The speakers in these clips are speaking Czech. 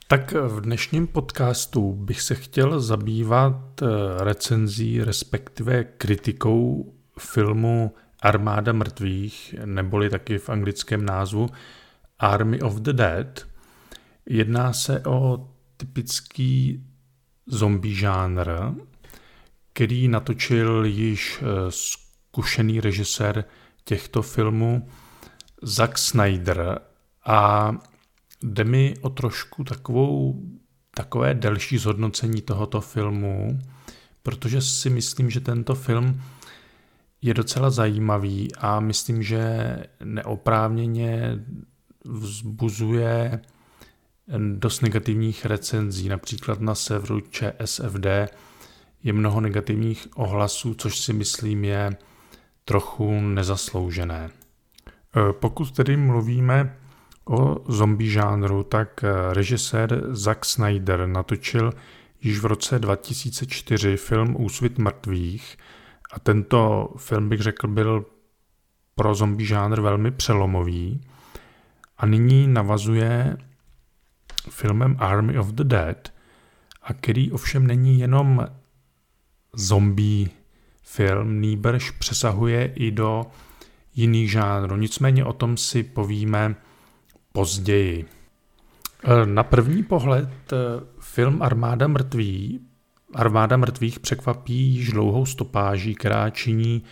Tak v dnešním podcastu bych se chtěl zabývat recenzí, respektive kritikou filmu Armáda mrtvých, neboli taky v anglickém názvu Army of the Dead. Jedná se o typický zombie žánr, který natočil již zkušený režisér těchto filmů Zack Snyder a jde mi o trošku takové delší zhodnocení tohoto filmu, protože si myslím, že tento film je docela zajímavý a myslím, že neoprávněně vzbuzuje dost negativních recenzí. Například na serveru ČSFD je mnoho negativních ohlasů, což si myslím je trochu nezasloužené. Pokud tedy mluvíme o zombie žánru, tak režisér Zack Snyder natočil již v roce 2004 film Úsvit mrtvých a tento film, bych řekl, byl pro zombie žánr velmi přelomový a nyní navazuje filmem Army of the Dead, a který ovšem není jenom zombie film, nýbrž přesahuje i do jiných žánrů. Nicméně o tom si povíme později. Na první pohled film Armáda mrtvých překvapí již dlouhou stopáží, která činí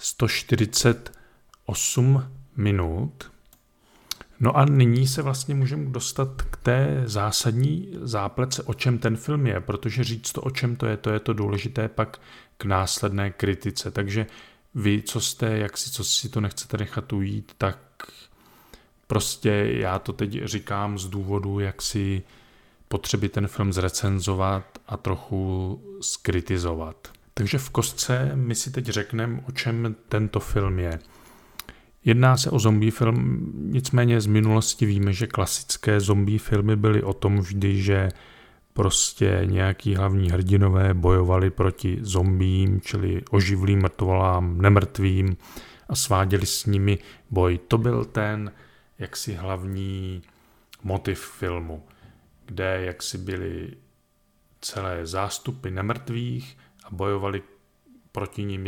148 minut. No a nyní se vlastně můžeme dostat k té zásadní záplece, o čem ten film je, protože říct to, o čem to je to důležité pak k následné kritice. Takže vy, co si to nechcete nechat ujít, tak prostě já to teď říkám z důvodu, jak si potřeby ten film zrecenzovat a trochu skritizovat. Takže v kostce my si teď řekneme, o čem tento film je. Jedná se o zombie film, nicméně z minulosti víme, že klasické zombie filmy byly o tom vždy, že prostě nějaký hlavní hrdinové bojovali proti zombím, čili oživlým mrtvolám, nemrtvým a sváděli s nimi boj. To byl ten jaksi hlavní motiv filmu, kde jaksi byly celé zástupy nemrtvých a bojovali proti ním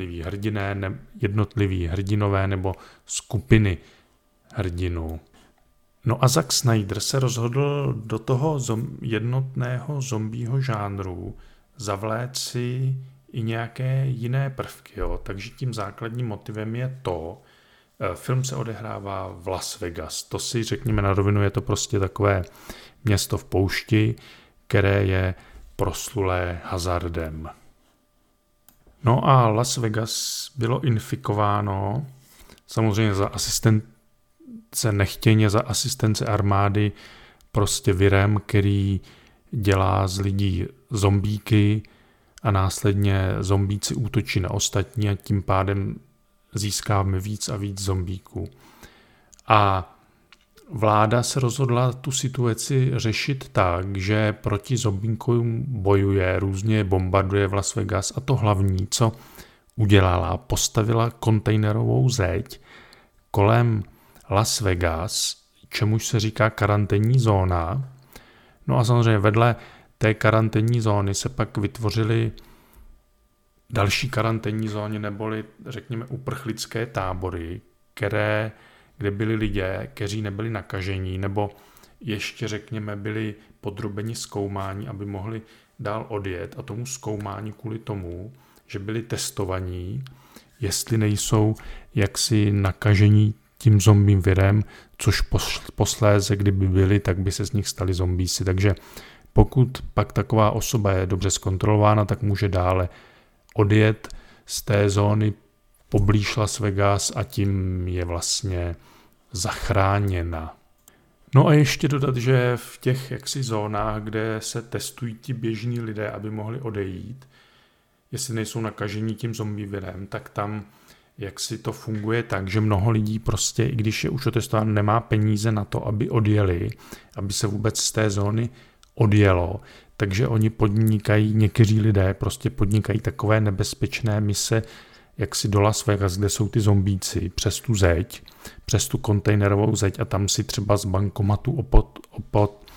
jednotliví hrdinové nebo skupiny hrdinů. No a Zack Snyder se rozhodl do toho jednotného zombího žánru zavléci i nějaké jiné prvky. Takže tím základním motivem je film se odehrává v Las Vegas. To si řekněme na rovinu, je to prostě takové město v poušti, které je proslulé hazardem. No a Las Vegas bylo infikováno samozřejmě nechtěně za asistence armády prostě virem, který dělá z lidí zombíky a následně zombíci útočí na ostatní a tím pádem získáváme víc a víc zombíků. A vláda se rozhodla tu situaci řešit tak, že proti zombíkům bojuje, různě bombarduje v Las Vegas a to hlavní, co udělala, postavila kontejnerovou zeď kolem Las Vegas, čemuž se říká karanténní zóna. No a samozřejmě vedle té karanténní zóny se pak vytvořily další karanténní zóny, neboli řekněme uprchlické tábory, kde byli lidé, kteří nebyli nakažení, nebo ještě řekněme byli podrobeni zkoumání, aby mohli dál odjet a tomu zkoumání kvůli tomu, že byli testovaní, jestli nejsou jaksi nakažení tím zombím virem, což posléze, kdyby byli, tak by se z nich stali zombíci. Takže pokud pak taková osoba je dobře zkontrolována, tak může dále odjet z té zóny poblíž Las Vegas a tím je vlastně zachráněna. No a ještě dodat, že v těch jaksi zónách, kde se testují ti běžní lidé, aby mohli odejít, jestli nejsou nakažení tím zombie virem, tak tam jaksi to funguje tak, že mnoho lidí prostě, i když je už otestováno, nemá peníze na to, aby odjeli, aby se vůbec z té zóny odjelo, takže oni někteří lidé prostě podnikají takové nebezpečné mise, jak si do Las Vegas, kde jsou ty zombíci, přes tu zeď, přes tu kontejnerovou zeď a tam si třeba z bankomatu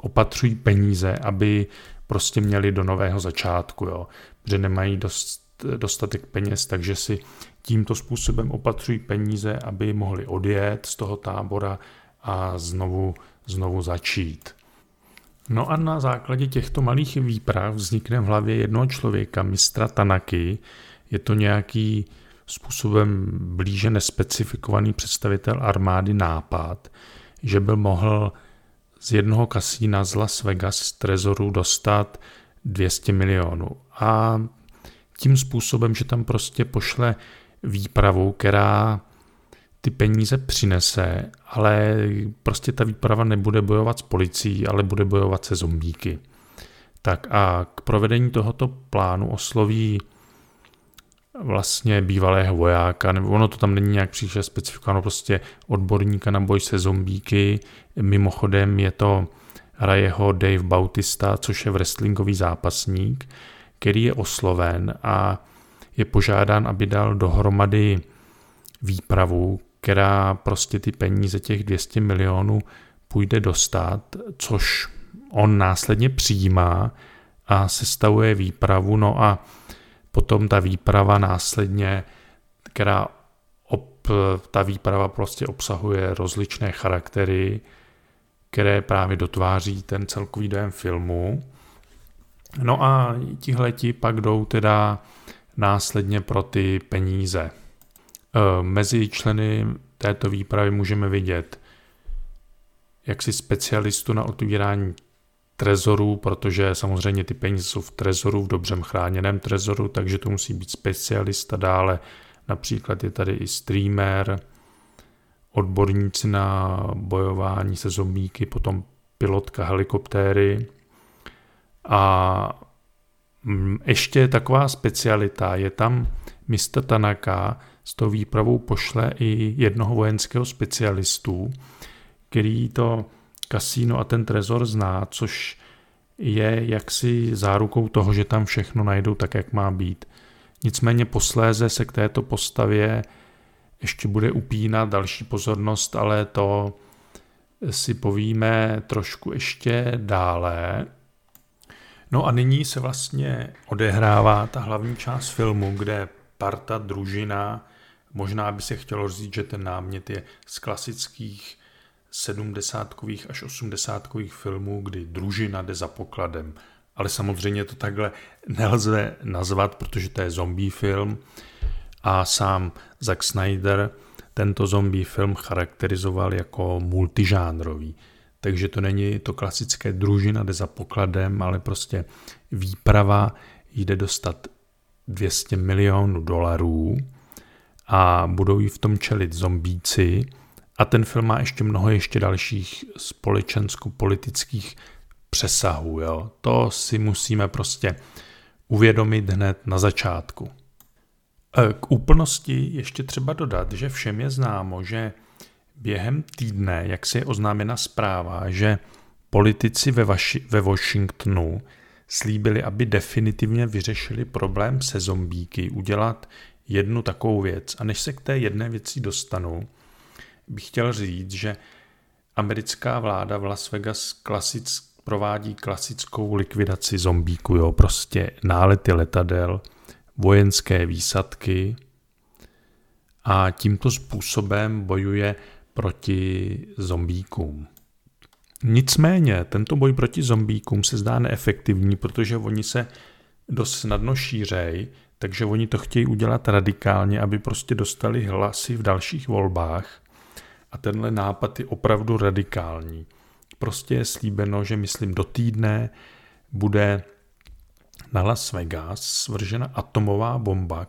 opatřují peníze, aby prostě měli do nového začátku, jo. Protože nemají dostatek peněz, takže si tímto způsobem opatřují peníze, aby mohli odjet z toho tábora a znovu začít. No a na základě těchto malých výprav vznikne v hlavě jednoho člověka, mistra Tanaky. Je to nějaký způsobem blíže nespecifikovaný představitel armády nápad, že by mohl z jednoho kasína z Las Vegas z trezoru dostat 200 milionů. A tím způsobem, že tam prostě pošle výpravu, která ty peníze přinese, ale prostě ta výprava nebude bojovat s policií, ale bude bojovat se zombíky. Tak a k provedení tohoto plánu osloví vlastně bývalého vojáka, nebo ono to tam není nějak příště specifikováno, prostě odborníka na boj se zombíky. Mimochodem hraje ho Dave Bautista, což je wrestlingový zápasník, který je osloven a je požádán, aby dal dohromady výpravu, která prostě ty peníze těch 200 milionů půjde dostat, což on následně přijímá a sestavuje výpravu, no a potom ta výprava následně, ta výprava prostě obsahuje rozličné charaktery, které právě dotváří ten celkový dojem filmu. No a tihleti pak jdou teda následně pro ty peníze. Mezi členy této výpravy můžeme vidět jaksi specialistu na otvírání trezorů, protože samozřejmě ty peníze jsou v trezoru, v dobře chráněném trezoru, takže to musí být specialista. Dále například je tady i streamer, odborníci na bojování se zombíky, potom pilotka helikoptéry a ještě taková specialita, je tam Mr. Tanaka, s tou výpravou pošle i jednoho vojenského specialistu, který to kasíno a ten trezor zná, což je jaksi zárukou toho, že tam všechno najdou tak, jak má být. Nicméně posléze se k této postavě ještě bude upínat další pozornost, ale to si povíme trošku ještě dále. No a nyní se vlastně odehrává ta hlavní část filmu, kde parta, družina, možná by se chtělo říct, že ten námět je z klasických 70kových až 80kových filmů, kdy družina jde za pokladem. Ale samozřejmě to takhle nelze nazvat, protože to je zombie film a sám Zack Snyder tento zombie film charakterizoval jako multižánrový. Takže to není to klasické družina jde za pokladem, ale prostě výprava jde dostat 200 milionů dolarů a budou jí v tom čelit zombíci. A ten film má ještě dalších společensko-politických přesahů. Jo. To si musíme prostě uvědomit hned na začátku. K úplnosti ještě třeba dodat, že všem je známo, že během týdne, jak se je oznámena zpráva, že politici ve Washingtonu slíbili, aby definitivně vyřešili problém se zombíky, udělat jednu takovou věc. A než se k té jedné věci dostanu, bych chtěl říct, že americká vláda v Las Vegas provádí klasickou likvidaci zombíků, jo, prostě nálety letadel, vojenské výsadky a tímto způsobem bojuje proti zombíkům. Nicméně tento boj proti zombíkům se zdá neefektivní, protože oni se dost snadno šířejí, takže oni to chtějí udělat radikálně, aby prostě dostali hlasy v dalších volbách. A tenhle nápad je opravdu radikální. Prostě je slíbeno, že myslím do týdne bude na Las Vegas svržena atomová bomba,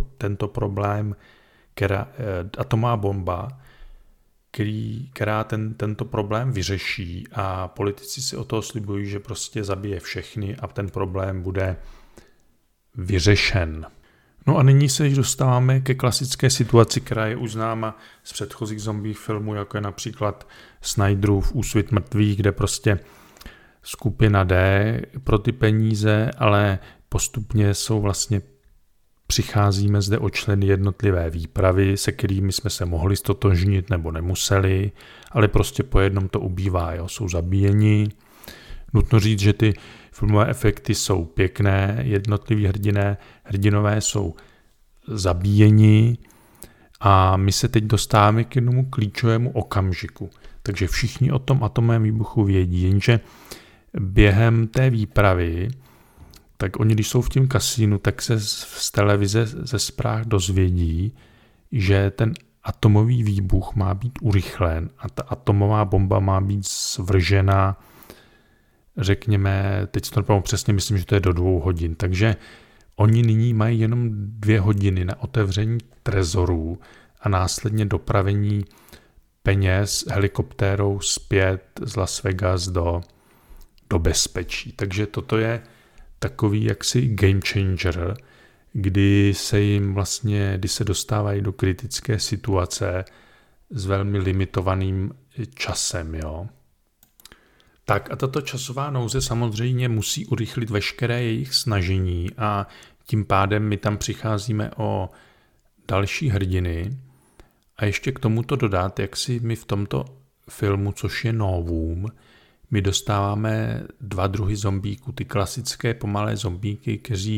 která tento problém vyřeší a politici si o toho slibují, že prostě zabije všechny a ten problém bude vyřešen. No a nyní se již dostáváme ke klasické situaci, která je už známa z předchozích zombie filmů, jako je například Snyderův Úsvit mrtvých, kde prostě skupina jde pro ty peníze, ale postupně přicházíme zde o členy jednotlivé výpravy, se kterými jsme se mohli stotožnit nebo nemuseli, ale prostě po jednom to ubývá, jo, jsou zabíjeni. Nutno říct, že ty filmové efekty jsou pěkné, jednotliví hrdinové jsou zabíjeni a my se teď dostáváme k jednomu klíčovému okamžiku. Takže všichni o tom atomovém výbuchu vědí, jenže během té výpravy, tak oni, když jsou v tím kasínu, tak se z televize, ze zpráv dozvědí, že ten atomový výbuch má být urychlen a ta atomová bomba má být svržena, řekněme, teď si to nepamatuji přesně, myslím, že to je do 2 hodin. Takže oni nyní mají jenom 2 hodiny na otevření trezorů a následně dopravení peněz helikoptérou zpět z Las Vegas do bezpečí. Takže toto je takový jaksi game changer, kdy se dostávají do kritické situace s velmi limitovaným časem. Jo. Tak a tato časová nouze samozřejmě musí urychlit veškeré jejich snažení a tím pádem my tam přicházíme o další hrdiny. A ještě k tomuto dodat, jak si my v tomto filmu, což je novum, my dostáváme 2 druhy zombíků, ty klasické pomalé zombíky,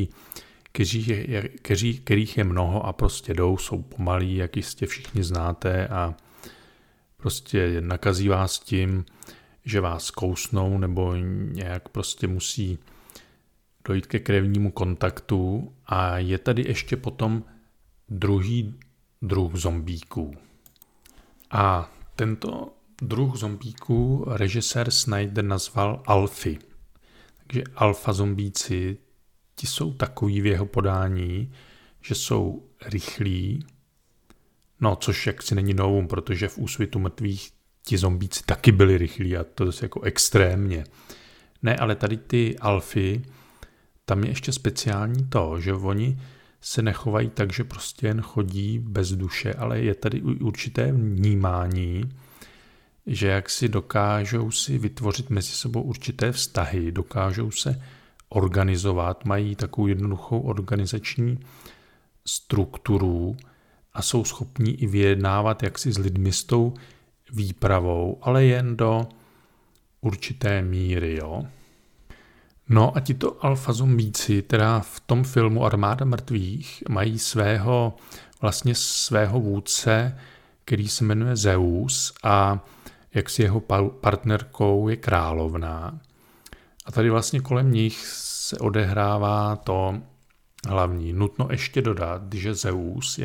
kterých je mnoho a prostě jsou pomalí, jak jistě všichni znáte a prostě nakazí vás tím, že vás kousnou nebo nějak prostě musí dojít ke krevnímu kontaktu a je tady ještě potom druhý druh zombíků. A tento druh zombíků režisér Snyder nazval alfy. Takže alfa zombíci, ti jsou takový v jeho podání, že jsou rychlí, no což jaksi není novum, protože v Úsvitu mrtvých ti zombíci taky byli rychlí a to je jako extrémně. Ne, ale tady ty alfy, tam je ještě speciální to, že oni se nechovají tak, že prostě jen chodí bez duše, ale je tady určité vnímání, že jak si dokážou si vytvořit mezi sebou určité vztahy, dokážou se organizovat, mají takovou jednoduchou organizační strukturu a jsou schopní i vyjednávat jaksi s lidmi s tou výpravou, ale jen do určité míry. Jo. No a tito alfa zombíci, teda v tom filmu Armáda mrtvých, mají svého vůdce, který se jmenuje Zeus a jak si jeho partnerkou je královna. A tady vlastně kolem nich se odehrává to hlavní. Nutno ještě dodat, že Zeus,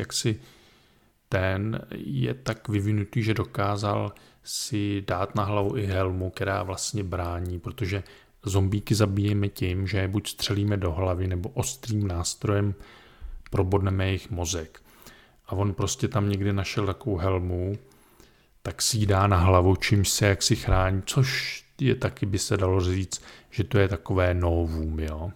ten je tak vyvinutý, že dokázal si dát na hlavu i helmu, která vlastně brání, protože zombíky zabijeme tím, že je buď střelíme do hlavy, nebo ostrým nástrojem probodneme jejich mozek. A on prostě tam někdy našel takovou helmu, tak si ji dá na hlavu, čímž se jaksi chrání, což je taky, by se dalo říct, že to je takové novum. Jo.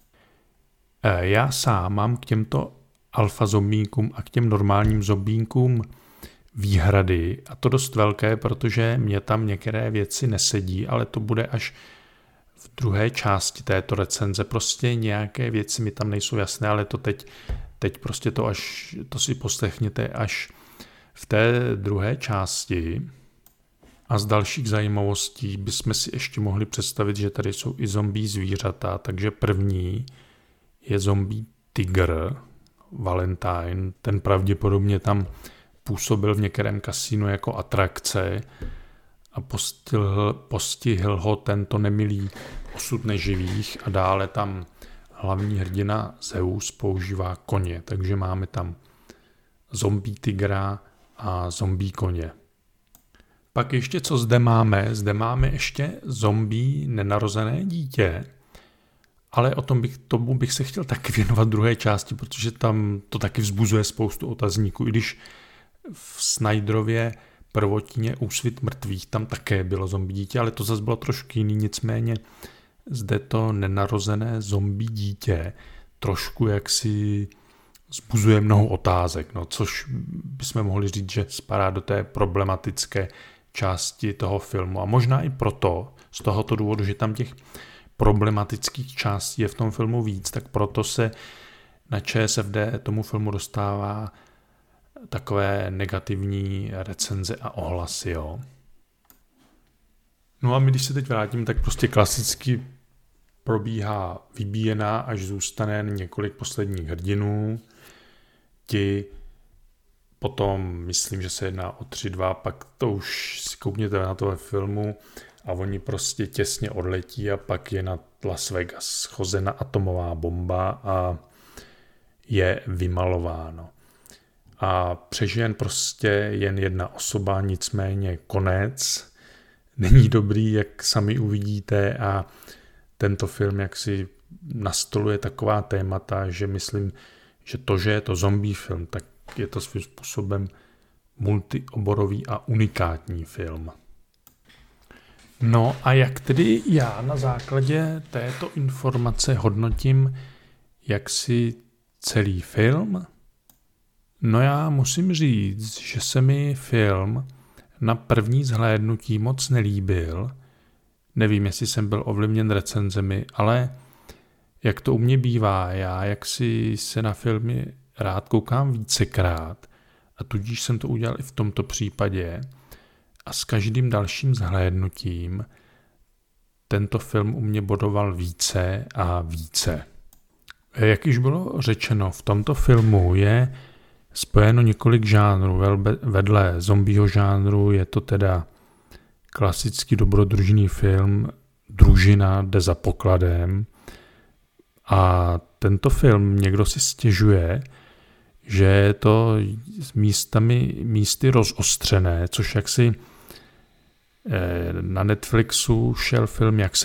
Já sám mám k těmto alfa zombíkům a k těm normálním zombíkům výhrady, a to dost velké, protože mě tam některé věci nesedí, ale to bude až v druhé části této recenze. Prostě nějaké věci mi tam nejsou jasné, ale to teď prostě to si poslechněte až v té druhé části. A z dalších zajímavostí bychom si ještě mohli představit, že tady jsou i zombie zvířata, takže první je zombie tygr, Valentine, ten pravděpodobně tam působil v některém kasínu jako atrakce a postihl ho tento nemilý osud neživých a dále tam hlavní hrdina Zeus používá koně, takže máme tam zombie tygra a zombie koně. Pak ještě co zde máme? Zde máme ještě zombie nenarozené dítě, ale tomu bych se chtěl taky věnovat druhé části, protože tam to taky vzbuzuje spoustu otazníků, i když v Snyderově prvotině Úsvit mrtvých tam také bylo zombie dítě, ale to zase bylo trošku jiný, nicméně zde to nenarozené zombie dítě trošku jaksi vzbuzuje mnoho otázek, no, což bychom mohli říct, že spadá do té problematické části toho filmu. A možná i proto, z tohoto důvodu, že tam těch problematických částí je v tom filmu víc, tak proto se na ČSFD tomu filmu dostává takové negativní recenze a ohlasy. Jo. No a my, když se teď vrátím, tak prostě klasicky probíhá vybíjená, až zůstane několik posledních hrdinů. Ti potom, myslím, že se jedná o 3-2, pak to už si koukněte na to ve filmu a oni prostě těsně odletí a pak je na Las Vegas schozena atomová bomba a je vymalováno. A přežije prostě jen jedna osoba, nicméně konec není dobrý, jak sami uvidíte, a tento film jaksi nastoluje taková témata, že myslím, že je to zombie film, tak je to svým způsobem multioborový a unikátní film. No a jak tedy já na základě této informace hodnotím jaksi celý film? No já musím říct, že se mi film na první zhlédnutí moc nelíbil. Nevím, jestli jsem byl ovlivněn recenzemi, ale jak to u mě bývá, já jaksi se na filmy rád koukám vícekrát a tudíž jsem to udělal i v tomto případě a s každým dalším zhlédnutím tento film u mě bodoval více a více. Jak již bylo řečeno, v tomto filmu je spojeno několik žánrů. Vedle zombího žánru je to teda klasický dobrodružný film, družina jde za pokladem, a tento film někdo si stěžuje, že je to místy rozostřené, což jaksi na Netflixu šel film, jak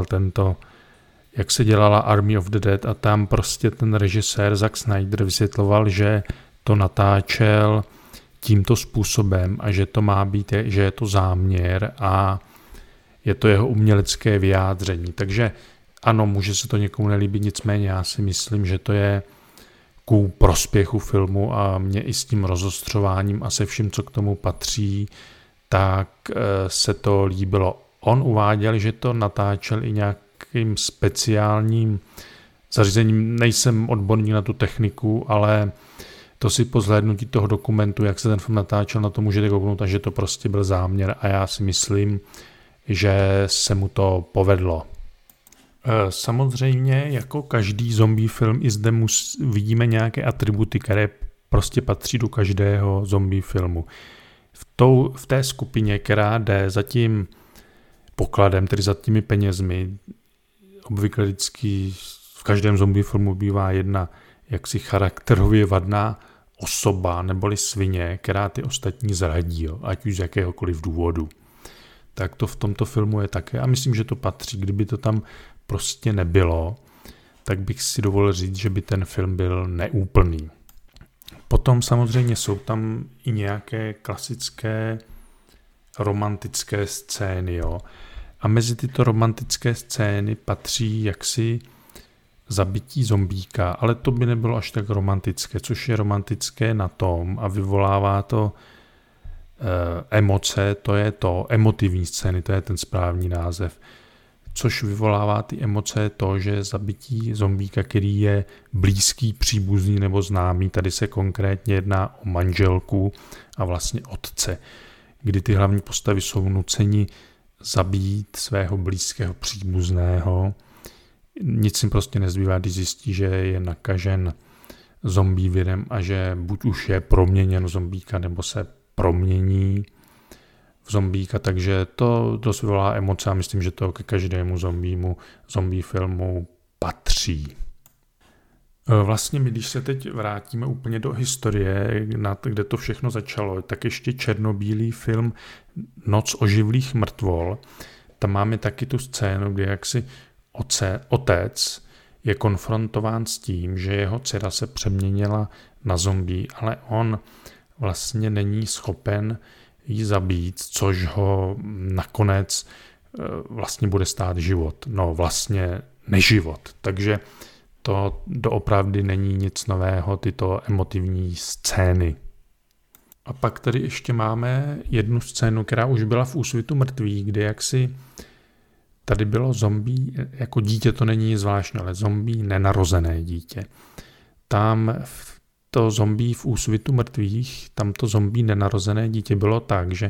se dělala Army of the Dead, a tam prostě ten režisér Zack Snyder vysvětloval, že to natáčel tímto způsobem a že to má být, že je to záměr a je to jeho umělecké vyjádření. Takže ano, může se to někomu nelíbit, nicméně já si myslím, že to je ku prospěchu filmu a mě i s tím rozostřováním a se vším, co k tomu patří, tak se to líbilo. On uváděl, že to natáčel i nějakým speciálním zařízením. Nejsem odborník na tu techniku, ale to si po zhlédnutí toho dokumentu, jak se ten film natáčel, na to můžete kouknout, a že to prostě byl záměr, a já si myslím, že se mu to povedlo. Samozřejmě jako každý zombie film i zde vidíme nějaké atributy, které prostě patří do každého zombie filmu. V té skupině, která jde za tím pokladem, tedy za těmi penězmi, obvykle vždycky v každém zombie filmu bývá jedna jaksi charakterově vadná osoba neboli svině, která ty ostatní zradí, ať už z jakéhokoliv důvodu. Tak to v tomto filmu je také a myslím, že to patří. Kdyby to tam prostě nebylo, tak bych si dovolil říct, že by ten film byl neúplný. Potom samozřejmě jsou tam i nějaké klasické romantické scény, jo. A mezi tyto romantické scény patří jaksi zabití zombíka, ale to by nebylo až tak romantické, což je romantické na tom a vyvolává to emoce, to je to emotivní scény, to je ten správný název. Což vyvolává ty emoce to, že zabití zombíka, který je blízký, příbuzný nebo známý, tady se konkrétně jedná o manželku a vlastně otce, kdy ty hlavní postavy jsou nuceni zabít svého blízkého příbuzného. Nic jim prostě nezbývá, když zjistí, že je nakažen zombie virem a že buď už je proměněn zombíka, nebo se promění v zombíka, takže to dost vyvolá emoce a myslím, že to ke každému zombie filmu patří. Vlastně my, když se teď vrátíme úplně do historie, kde to všechno začalo, tak ještě černobílý film Noc oživlých mrtvol, tam máme taky tu scénu, kde jaksi otec je konfrontován s tím, že jeho dcera se přeměnila na zombie, ale on vlastně není schopen ji zabít, což ho nakonec vlastně bude stát život. No vlastně neživot. Takže to doopravdy není nic nového, tyto emotivní scény. A pak tady ještě máme jednu scénu, která už byla v Úsvitu mrtvých, kde jaksi tady bylo zombie, jako dítě to není zvláštní, ale zombie nenarozené dítě. Tam to zombie v Úsvitu mrtvých, tam to zombie nenarozené dítě bylo tak, že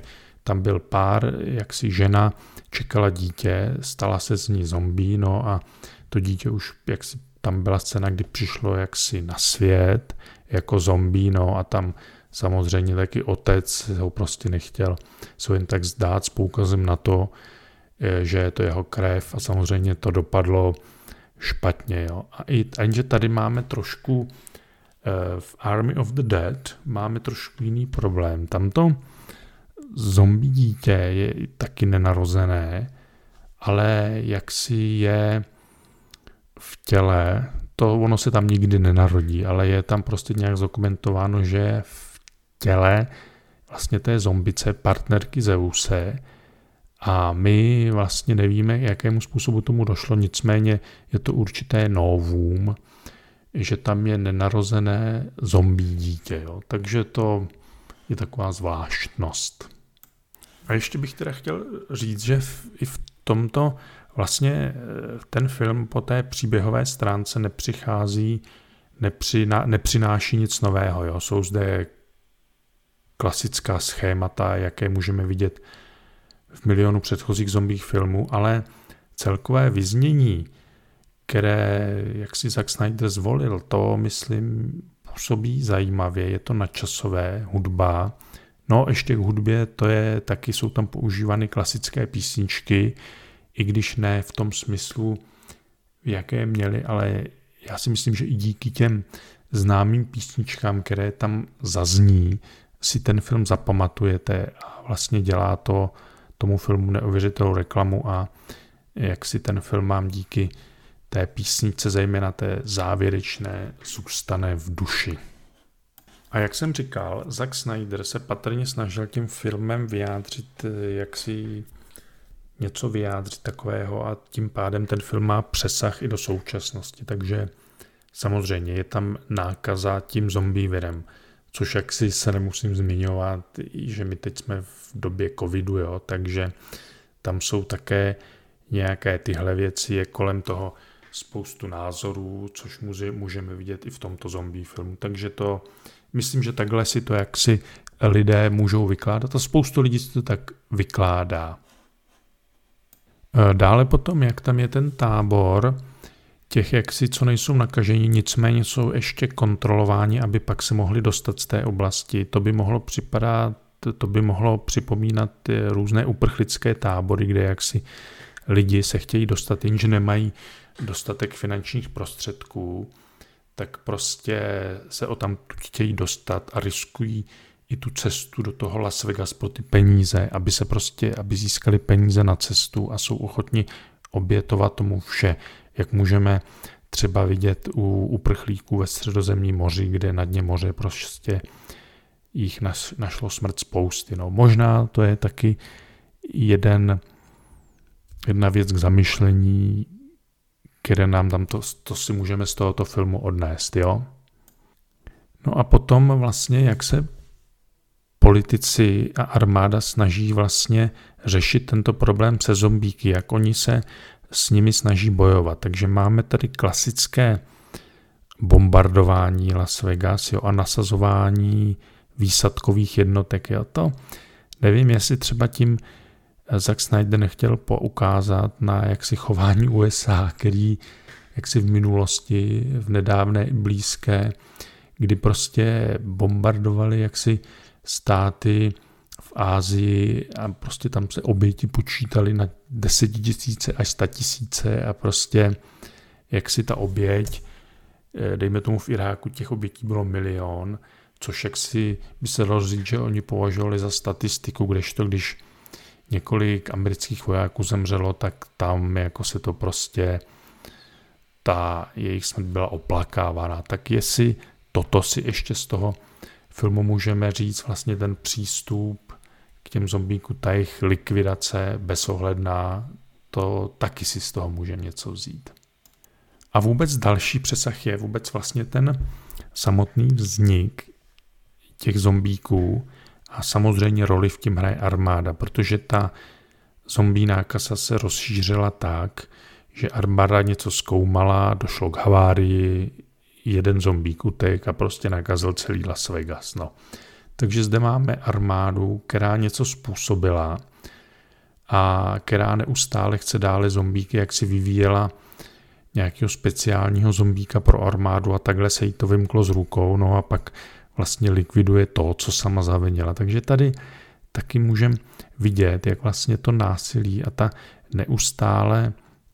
tam byl pár, jak si žena čekala dítě, stala se z ní zombie, no a to dítě už, jak si tam byla scéna, kdy přišlo jaksi na svět jako zombie, no a tam samozřejmě taky otec ho prostě nechtěl se jen tak zdát s poukazem na to, že je to jeho krev a samozřejmě to dopadlo špatně. Jo. A jenže tady máme trošku v Army of the Dead máme trošku jiný problém. Tamto zombie dítě je taky nenarozené, ale jaksi je v těle, to ono se tam nikdy nenarodí, ale je tam prostě nějak zdokumentováno, že je v těle vlastně té zombice, partnerky Zeuse, a my vlastně nevíme, jakému způsobu tomu došlo, nicméně je to určité novum, že tam je nenarozené zombie dítě, jo. Takže to je taková zvláštnost. A ještě bych teda chtěl říct, že i v tomto vlastně ten film po té příběhové stránce nepřináší nic nového. Jo. Jsou zde klasická schémata, jaké můžeme vidět v milionu předchozích zombích filmů, ale celkové vyznění, které jak si Zack Snyder zvolil, to myslím působí zajímavě, je to nadčasové, hudba. No ještě k hudbě, taky jsou tam používány klasické písničky, i když ne v tom smyslu, jaké měly, ale já si myslím, že i díky těm známým písničkám, které tam zazní, si ten film zapamatujete a vlastně dělá to tomu filmu neuvěřitelnou reklamu a jak si ten film mám díky té písničce, zejména té závěrečné, zůstane v duši. A jak jsem říkal, Zack Snyder se patrně snažil tím filmem vyjádřit, jak si něco vyjádřit takového a tím pádem ten film má přesah i do současnosti, takže samozřejmě je tam nákaza tím zombie virem, což jaksi se nemusím zmiňovat, že my teď jsme v době covidu, jo, takže tam jsou také nějaké tyhle věci, je kolem toho spoustu názorů, což můžeme vidět i v tomto zombie filmu, takže to myslím, že takhle si to jaksi lidé můžou vykládat a spoustu lidí si to tak vykládá. Dále potom, jak tam je ten tábor těch jaksi, co nejsou nakažení, nicméně jsou ještě kontrolováni, aby pak se mohli dostat z té oblasti. To by mohlo připomínat různé uprchlické tábory, kde jaksi lidi se chtějí dostat, jenže nemají dostatek finančních prostředků, tak prostě se o tam chtějí dostat a riskují i tu cestu do toho Las Vegas pro ty peníze, aby získali peníze na cestu a jsou ochotni obětovat tomu vše, jak můžeme třeba vidět u uprchlíků ve Středozemním moři, kde na dně moře prostě jich našlo smrt spousty. No, možná to je taky jedna věc k zamyšlení, které nám tam to si můžeme z tohoto filmu odnést, jo. No a potom vlastně, jak se politici a armáda snaží vlastně řešit tento problém se zombíky, jak oni se s nimi snaží bojovat. Takže máme tady klasické bombardování Las Vegas, jo, a nasazování výsadkových jednotek. Jo. To nevím, jestli třeba tím Zack Snyder nechtěl poukázat na jaksi chování USA, který jaksi v minulosti, v nedávné i blízké, kdy prostě bombardovali jaksi státy v Asii a prostě tam se oběti počítali na 10 000 až 100 000 a prostě jaksi ta oběť, dejme tomu v Iráku těch obětí bylo 1 000 000, což jaksi by se dalo říct, že oni považovali za statistiku, kdežto když několik amerických vojáků zemřelo, tak tam jako se to prostě ta jejich smrt byla oplakávána. Tak jestli toto si ještě z toho filmu můžeme říct, vlastně ten přístup k těm zombíkům, ta jejich likvidace bezohledná, to taky si z toho můžeme něco vzít. A vůbec další přesah je vůbec vlastně ten samotný vznik těch zombíků a samozřejmě roli v tím hraje armáda, protože ta zombie nákaza se rozšířila tak, že armáda něco zkoumala, došlo k havárii, jeden zombík utek a prostě nakazil celý Las Vegas. No. Takže zde máme armádu, která něco způsobila a která neustále chce dále zombíky, jak si vyvíjela nějakého speciálního zombíka pro armádu a takhle se jí to vymklo z rukou, no a pak vlastně likviduje to, co sama zavinila. Takže tady taky můžeme vidět, jak vlastně to násilí a ta neustále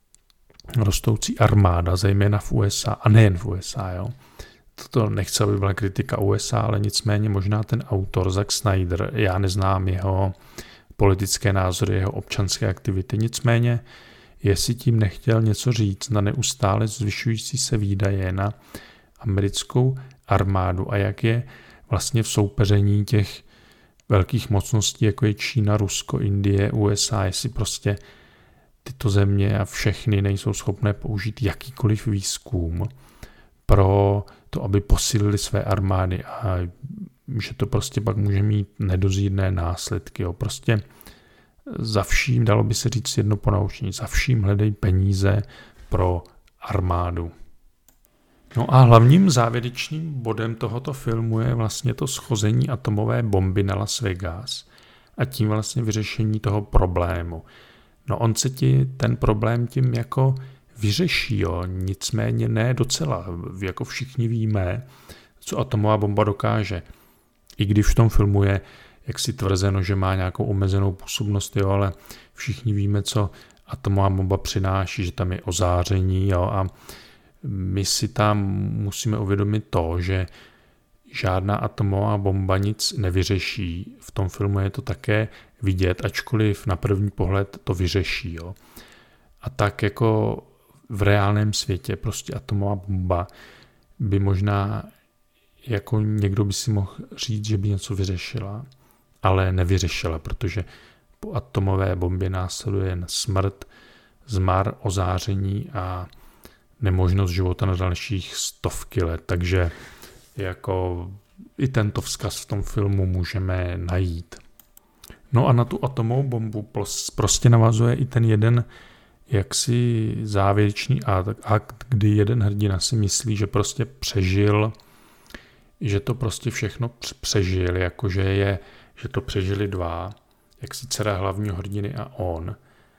rostoucí armáda, zejména v USA, a nejen v USA, jo. To nechci, aby byla kritika USA, ale nicméně možná ten autor Zack Snyder, já neznám jeho politické názory, jeho občanské aktivity, nicméně jestli tím nechtěl něco říct na neustále zvyšující se výdaje na americkou armádu a jak je vlastně v soupeření těch velkých mocností, jako je Čína, Rusko, Indie, USA, jestli prostě tyto země a všechny nejsou schopné použít jakýkoliv výzkum pro to, aby posílili své armády a že to prostě pak může mít nedozírné následky. Jo. Prostě za vším, dalo by se říct jedno ponaučení, za vším hledej peníze pro armádu. No a hlavním závěrečným bodem tohoto filmu je vlastně to schození atomové bomby na Las Vegas a tím vlastně vyřešení toho problému. No on se ten problém tím jako vyřeší, jo. Nicméně ne docela, jako všichni víme, co atomová bomba dokáže. I když v tom filmu je jaksi tvrzeno, že má nějakou omezenou působnost, jo, ale všichni víme, co atomová bomba přináší, že tam je ozáření, jo, a my si tam musíme uvědomit to, že žádná atomová bomba nic nevyřeší. V tom filmu je to také vidět, ačkoliv na první pohled to vyřeší. Jo. A tak jako v reálném světě prostě atomová bomba by možná jako někdo by si mohl říct, že by něco vyřešila, ale nevyřešila, protože po atomové bombě následuje jen smrt, zmar, ozáření a nemožnost života na dalších stovky let. Takže jako i tento vzkaz v tom filmu můžeme najít. No a na tu atomovou bombu prostě navazuje i ten jeden jaksi závěrečný akt, kdy jeden hrdina si myslí, že prostě přežil, že to prostě všechno přežil, jakože že to přežili dva, jak si dcera hlavního hrdiny a on.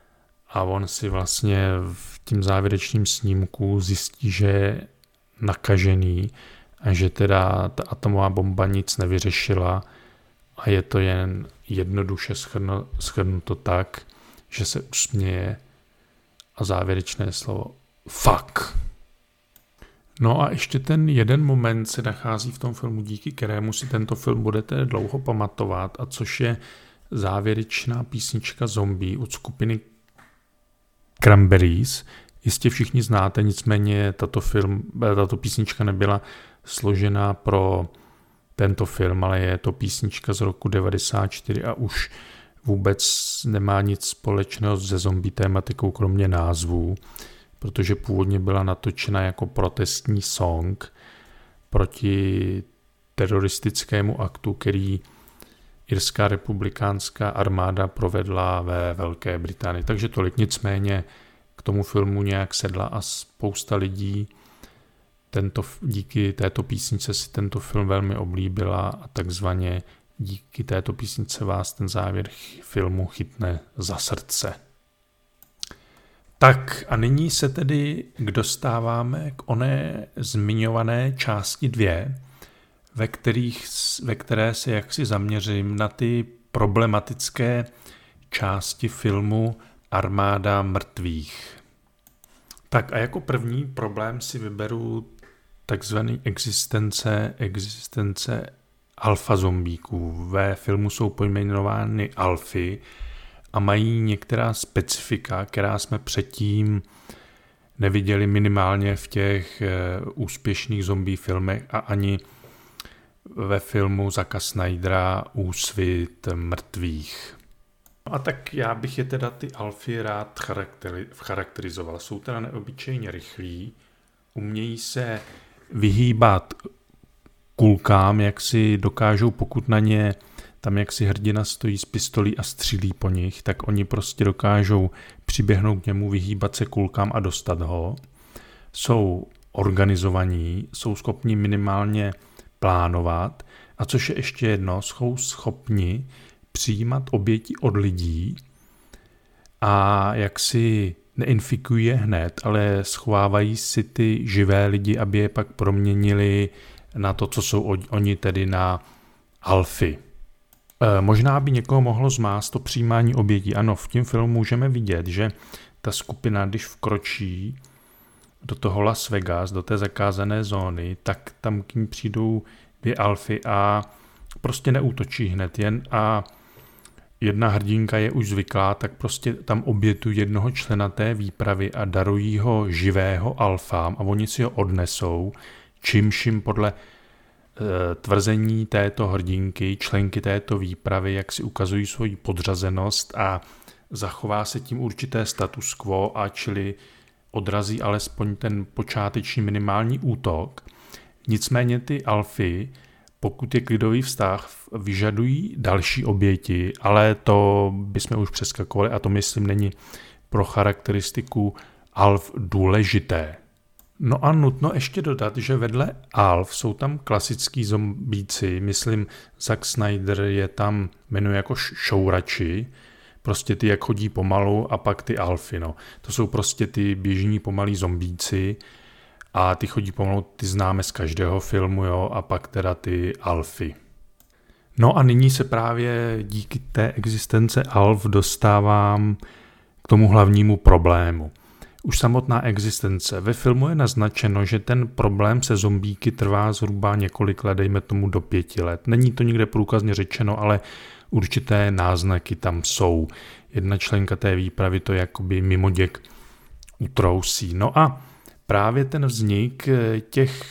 A on si vlastně v tím závěrečným snímku zjistí, že je nakažený a že teda ta atomová bomba nic nevyřešila a je to jen jednoduše shrnuto tak, že se usměje a závěrečné slovo fuck. No a ještě ten jeden moment se nachází v tom filmu, díky kterému si tento film budete dlouho pamatovat, a což je závěrečná písnička Zombie od skupiny Cranberries. Jistě všichni znáte, nicméně tato písnička nebyla složena pro tento film, ale je to písnička z roku 1994 a už vůbec nemá nic společného se zombie tématikou, kromě názvů, protože původně byla natočena jako protestní song proti teroristickému aktu, který irská republikánská armáda provedla ve Velké Británii. Takže tolik, nicméně k tomu filmu nějak sedla a spousta lidí díky této písnice si tento film velmi oblíbila a takzvaně díky této písnice vás ten závěr filmu chytne za srdce. Tak a nyní se tedy dostáváme k oné zmiňované části 2, ve které se jaksi zaměřím na ty problematické části filmu Armáda mrtvých. Tak a jako první problém si vyberu takzvaný existence alfa zombíků. Ve filmu jsou pojmenovány alfy a mají některá specifika, která jsme předtím neviděli minimálně v těch úspěšných zombie filmech a ani ve filmu Zacka Snydera Úsvit mrtvých. A tak já bych je teda ty alfy rád charakterizoval. Jsou teda neobyčejně rychlí, umějí se vyhýbat kulkám, jak si dokážou, pokud na ně tam jak si hrdina stojí s pistolí a střílí po nich, tak oni prostě dokážou přiběhnout k němu, vyhýbat se kulkám a dostat ho. Jsou organizovaní, jsou schopni minimálně plánovat a což je ještě jedno, jsou schopni přijímat oběti od lidí a jak si neinfikují je hned, ale schovávají si ty živé lidi, aby je pak proměnili na to, co jsou oni, tedy na alfy. Možná by někoho mohlo zmást to přijímání obětí. Ano, v tom filmu můžeme vidět, že ta skupina, když vkročí do toho Las Vegas, do té zakázané zóny, tak tam k ní přijdou 2 alfy a prostě neútočí hned jen a jedna hrdinka je už zvyklá, tak prostě tam obětují jednoho člena té výpravy a darují ho živého alfám a oni si ho odnesou, čímž jim podle tvrzení této hrdinky, členky této výpravy, jak si ukazují svoji podřazenost a zachová se tím určité status quo a čili odrazí alespoň ten počáteční minimální útok. Nicméně ty alfy, pokud je klidový vztah, vyžadují další oběti, ale to bychom už přeskakovali a to myslím není pro charakteristiku alf důležité. No a nutno ještě dodat, že vedle alf jsou tam klasický zombíci, myslím Zack Snyder je tam jmenuje jako šourači, prostě ty, jak chodí pomalu a pak ty alfy, no. To jsou prostě ty běžní pomalí zombíci a ty chodí pomalu, ty známe z každého filmu, jo, a pak teda ty alfy. No a nyní se právě díky té existence alf dostávám k tomu hlavnímu problému. Už samotná existence. Ve filmu je naznačeno, že ten problém se zombíky trvá zhruba několik let, dejme tomu do 5 let. Není to nikde průkazně řečeno, ale určité náznaky tam jsou. Jedna členka té výpravy to jakoby mimoděk utrousí. No a právě ten vznik těch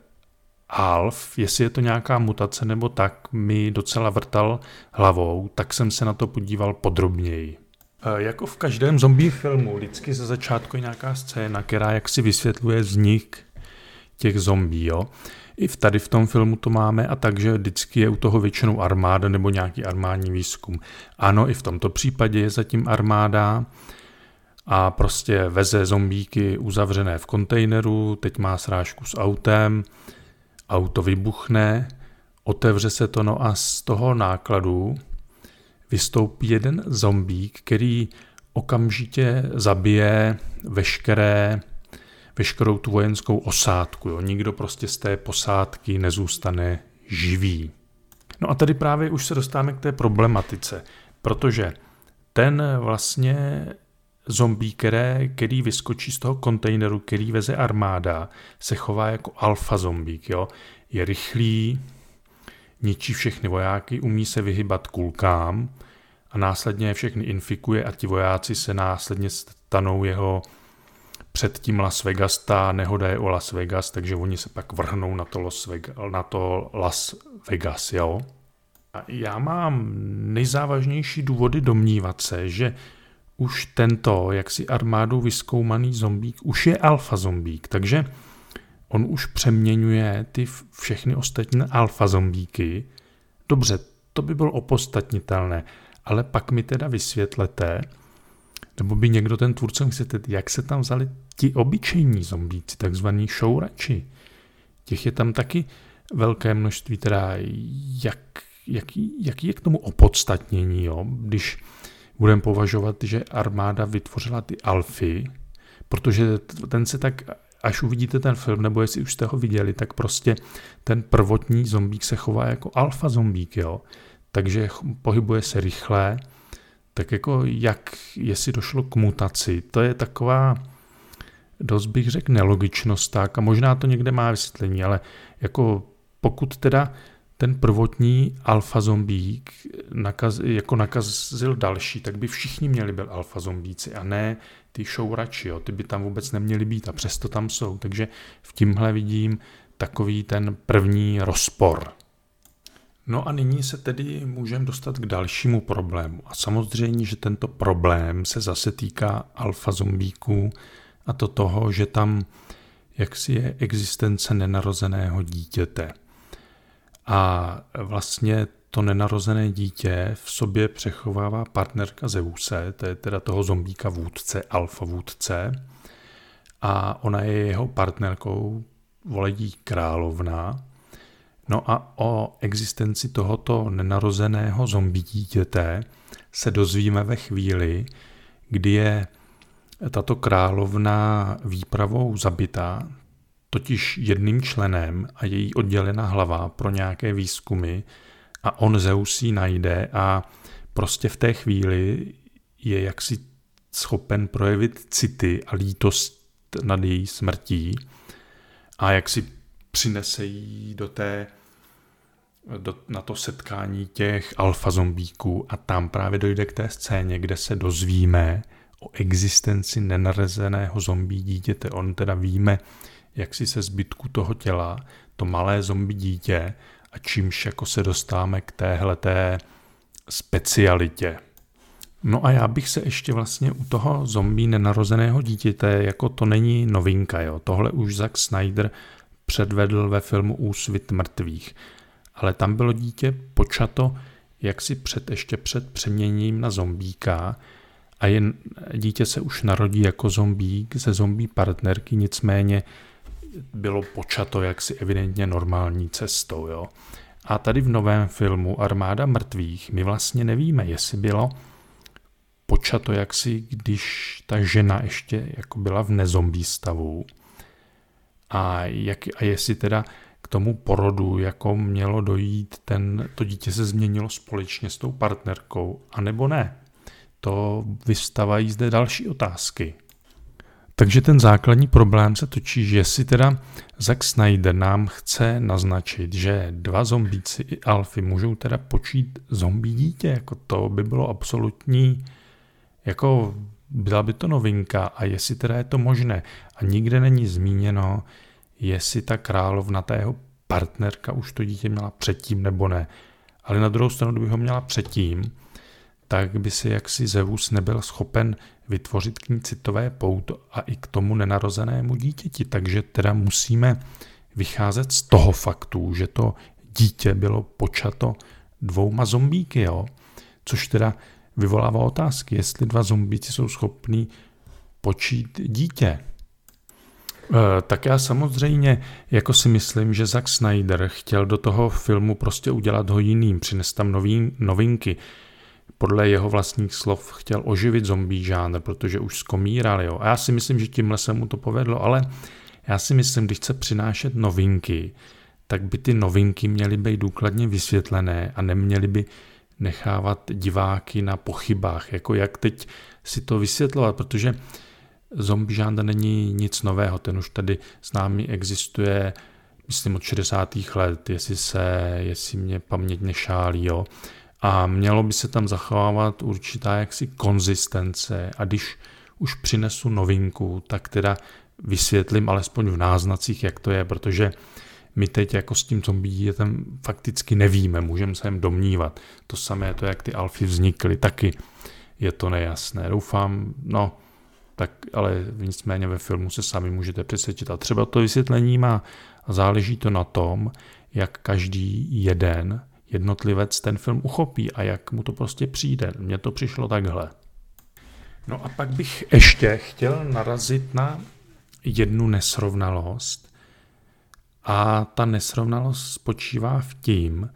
alf, jestli je to nějaká mutace nebo tak, mi docela vrtal hlavou, tak jsem se na to podíval podrobněji. Jako v každém zombie filmu, vždycky ze začátku je nějaká scéna, která jaksi vysvětluje vznik těch zombie, jo. I tady v tom filmu to máme a takže vždycky je u toho většinou armáda nebo nějaký armádní výzkum. Ano, i v tomto případě je zatím armáda a prostě veze zombíky uzavřené v kontejneru, teď má srážku s autem, auto vybuchne, otevře se to, no a z toho nákladu vystoupí jeden zombík, který okamžitě zabije veškerou tu vojenskou osádku. Jo. Nikdo prostě z té posádky nezůstane živý. No a tady právě už se dostáváme k té problematice, protože ten vlastně zombík, který vyskočí z toho kontejneru, který veze armáda, se chová jako alfa zombík. Jo. Je rychlý, ničí všechny vojáky, umí se vyhybat kulkám a následně všechny infikuje a ti vojáci se následně stanou jeho předtím Las Vegas, ta nehoda je o Las Vegas, takže oni se pak vrhnou na to Las Vegas, jo. A já mám nejzávažnější důvody domnívat se, že už tento jaksi armádou vyzkoumaný zombík už je alfa zombík, takže on už přeměňuje ty všechny ostatní alfa zombíky. Dobře, to by bylo opodstatnitelné, ale pak mi teda vysvětlete, nebo by někdo ten tvůrce vysvětlit, jak se tam vzali ti obyčejní zombíci, takzvaní šourači. Těch je tam taky velké množství, teda jaký je k tomu opodstatnění, jo? Když budeme považovat, že armáda vytvořila ty alfy, protože ten se tak, až uvidíte ten film, nebo jestli už jste ho viděli, tak prostě ten prvotní zombík se chová jako alfa zombík, jo? Takže pohybuje se rychle, tak jako jestli došlo k mutaci, to je taková, dost bych řekl, nelogičnost tak a možná to někde má vysvětlení, ale jako pokud teda ten prvotní alfa zombík nakazil další, tak by všichni měli být alfa zombíci a ne ty šourači, jo, ty by tam vůbec neměli být a přesto tam jsou, takže v tímhle vidím takový ten první rozpor. No a nyní se tedy můžeme dostat k dalšímu problému. A samozřejmě, že tento problém se zase týká alfa zombíků a to toho, že tam jaksi je existence nenarozeného dítěte. A vlastně to nenarozené dítě v sobě přechovává partnerka Zeuse, to je teda toho zombíka vůdce, alfa vůdce. A ona je jeho partnerkou, volají královna. No a o existenci tohoto nenarozeného zombie dítěte se dozvíme ve chvíli, kdy je tato královna výpravou zabitá, totiž jedním členem a její oddělená hlava pro nějaké výzkumy a on Zeus ji najde a prostě v té chvíli je jaksi schopen projevit city a lítost nad její smrtí a jak si přinese jí na to setkání těch alfa zombíků a tam právě dojde k té scéně, kde se dozvíme o existenci nenarozeného zombie dítěte. On teda víme, jak si se zbytku toho těla, to malé zombie dítě a čímž jako se dostáváme k téhleté specialitě. No a já bych se ještě vlastně u toho zombie nenarozeného dítěte, jako to není novinka, jo. Tohle už Zack Snyder předvedl ve filmu Úsvit mrtvých. Ale tam bylo dítě počato jaksi ještě před přeměněním na zombíka a dítě se už narodí jako zombík ze zombie partnerky, nicméně bylo počato jaksi evidentně normální cestou. Jo. A tady v novém filmu Armáda mrtvých my vlastně nevíme, jestli bylo počato jaksi, když ta žena ještě jako byla v nezombí stavu a jestli teda k tomu porodu jako mělo dojít, to dítě se změnilo společně s tou partnerkou, anebo ne. To vystavají zde další otázky. Takže ten základní problém se točí, že si teda Zack Snyder nám chce naznačit, že dva zombíci i alfy můžou teda počít zombie dítě, jako to by bylo absolutní, jako byla by to novinka a jestli teda je to možné. A nikde není zmíněno, jestli ta královna, ta jeho partnerka už to dítě měla předtím nebo ne. Ale na druhou stranu, kdyby ho měla předtím, tak by si jaksi Zeus nebyl schopen vytvořit k ní citové pouto a i k tomu nenarozenému dítěti. Takže teda musíme vycházet z toho faktu, že to dítě bylo počato dvouma zombíky, jo? Což teda vyvolává otázky, jestli dva zombíci jsou schopní počít dítě. Tak já samozřejmě jako si myslím, že Zack Snyder chtěl do toho filmu prostě udělat ho jiným, přinést tam novinky. Podle jeho vlastních slov chtěl oživit zombie žánr, protože už skomíral. Jo. A já si myslím, že tímhle se mu to povedlo, ale já si myslím, když chce přinášet novinky, tak by ty novinky měly být důkladně vysvětlené a neměly by nechávat diváky na pochybách, jako jak teď si to vysvětlovat, protože zombie žánr není nic nového, ten už tady známý existuje, myslím od 60. let, jestli mě paměť nešálí, jo. A mělo by se tam zachovávat určitá jaksi konzistence a když už přinesu novinku, tak teda vysvětlím alespoň v náznacích, jak to je, protože my teď jako s tím zombie dítětem fakticky nevíme, můžeme se jen domnívat. To samé je to, jak ty alfy vznikly, taky je to nejasné. Doufám, tak ale nicméně ve filmu se sami můžete přesvědčit. A třeba to vysvětlení má a záleží to na tom, jak každý jednotlivec ten film uchopí a jak mu to prostě přijde. Mně to přišlo takhle. No a pak bych ještě chtěl narazit na jednu nesrovnalost. A ta nesrovnalost spočívá v tím,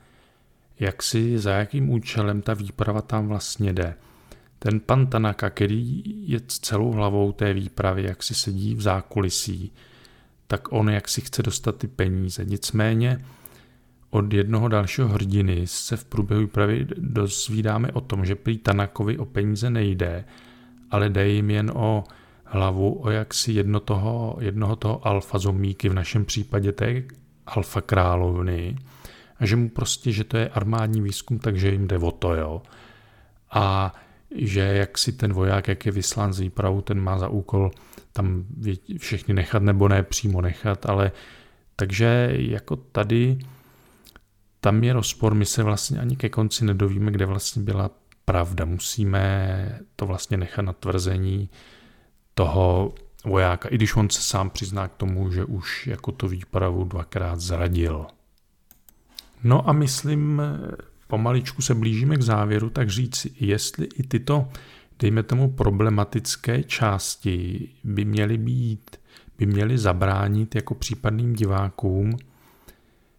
za jakým účelem ta výprava tam vlastně jde. Ten pan Tanaka, který je celou hlavou té výpravy, jak si sedí v zákulisí, tak on jak si chce dostat ty peníze. Nicméně od jednoho dalšího hrdiny se v průběhu výpravy dozvídáme o tom, že prý Tanakovi o peníze nejde, ale jde jim jen o hlavu, o jaksi jednoho toho alfa zombíky, v našem případě té alfa královny, a že mu prostě, že to je armádní výzkum, takže jim jde o to, jo. A že jak si ten voják, jak je vyslán z výpravu, ten má za úkol tam všechny nechat nebo ne přímo nechat, ale takže jako tady tam je rozpor, my se vlastně ani ke konci nedovíme, kde vlastně byla pravda. Musíme to vlastně nechat na tvrzení toho vojáka, i když on se sám přizná k tomu, že už jako tu výpravu dvakrát zradil. No a myslím, pomaličku se blížíme k závěru, tak říct, jestli i tyto, dejme tomu, problematické části by měly zabránit jako případným divákům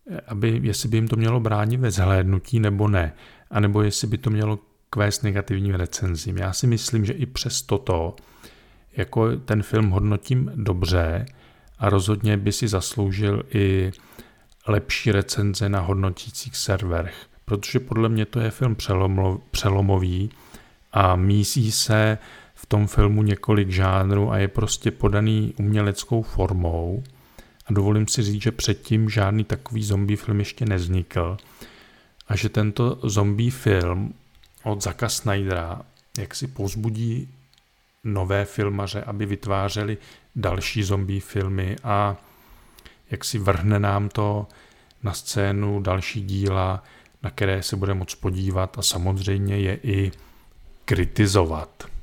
jestli by jim to mělo bránit ve zhlédnutí nebo ne, anebo jestli by to mělo kvést negativním recenzím. Já si myslím, že i přes toto jako ten film hodnotím dobře a rozhodně by si zasloužil i lepší recenze na hodnotících serverech, protože podle mě to je film přelomový a mísí se v tom filmu několik žánrů a je prostě podaný uměleckou formou a dovolím si říct, že předtím žádný takový zombie film ještě nevznikl a že tento zombie film od Zacka Snydera jak si povzbudí nové filmaře, aby vytvářeli další zombie filmy a jak si vrhne nám to na scénu další díla, na které se bude moct podívat a samozřejmě je i kritizovat.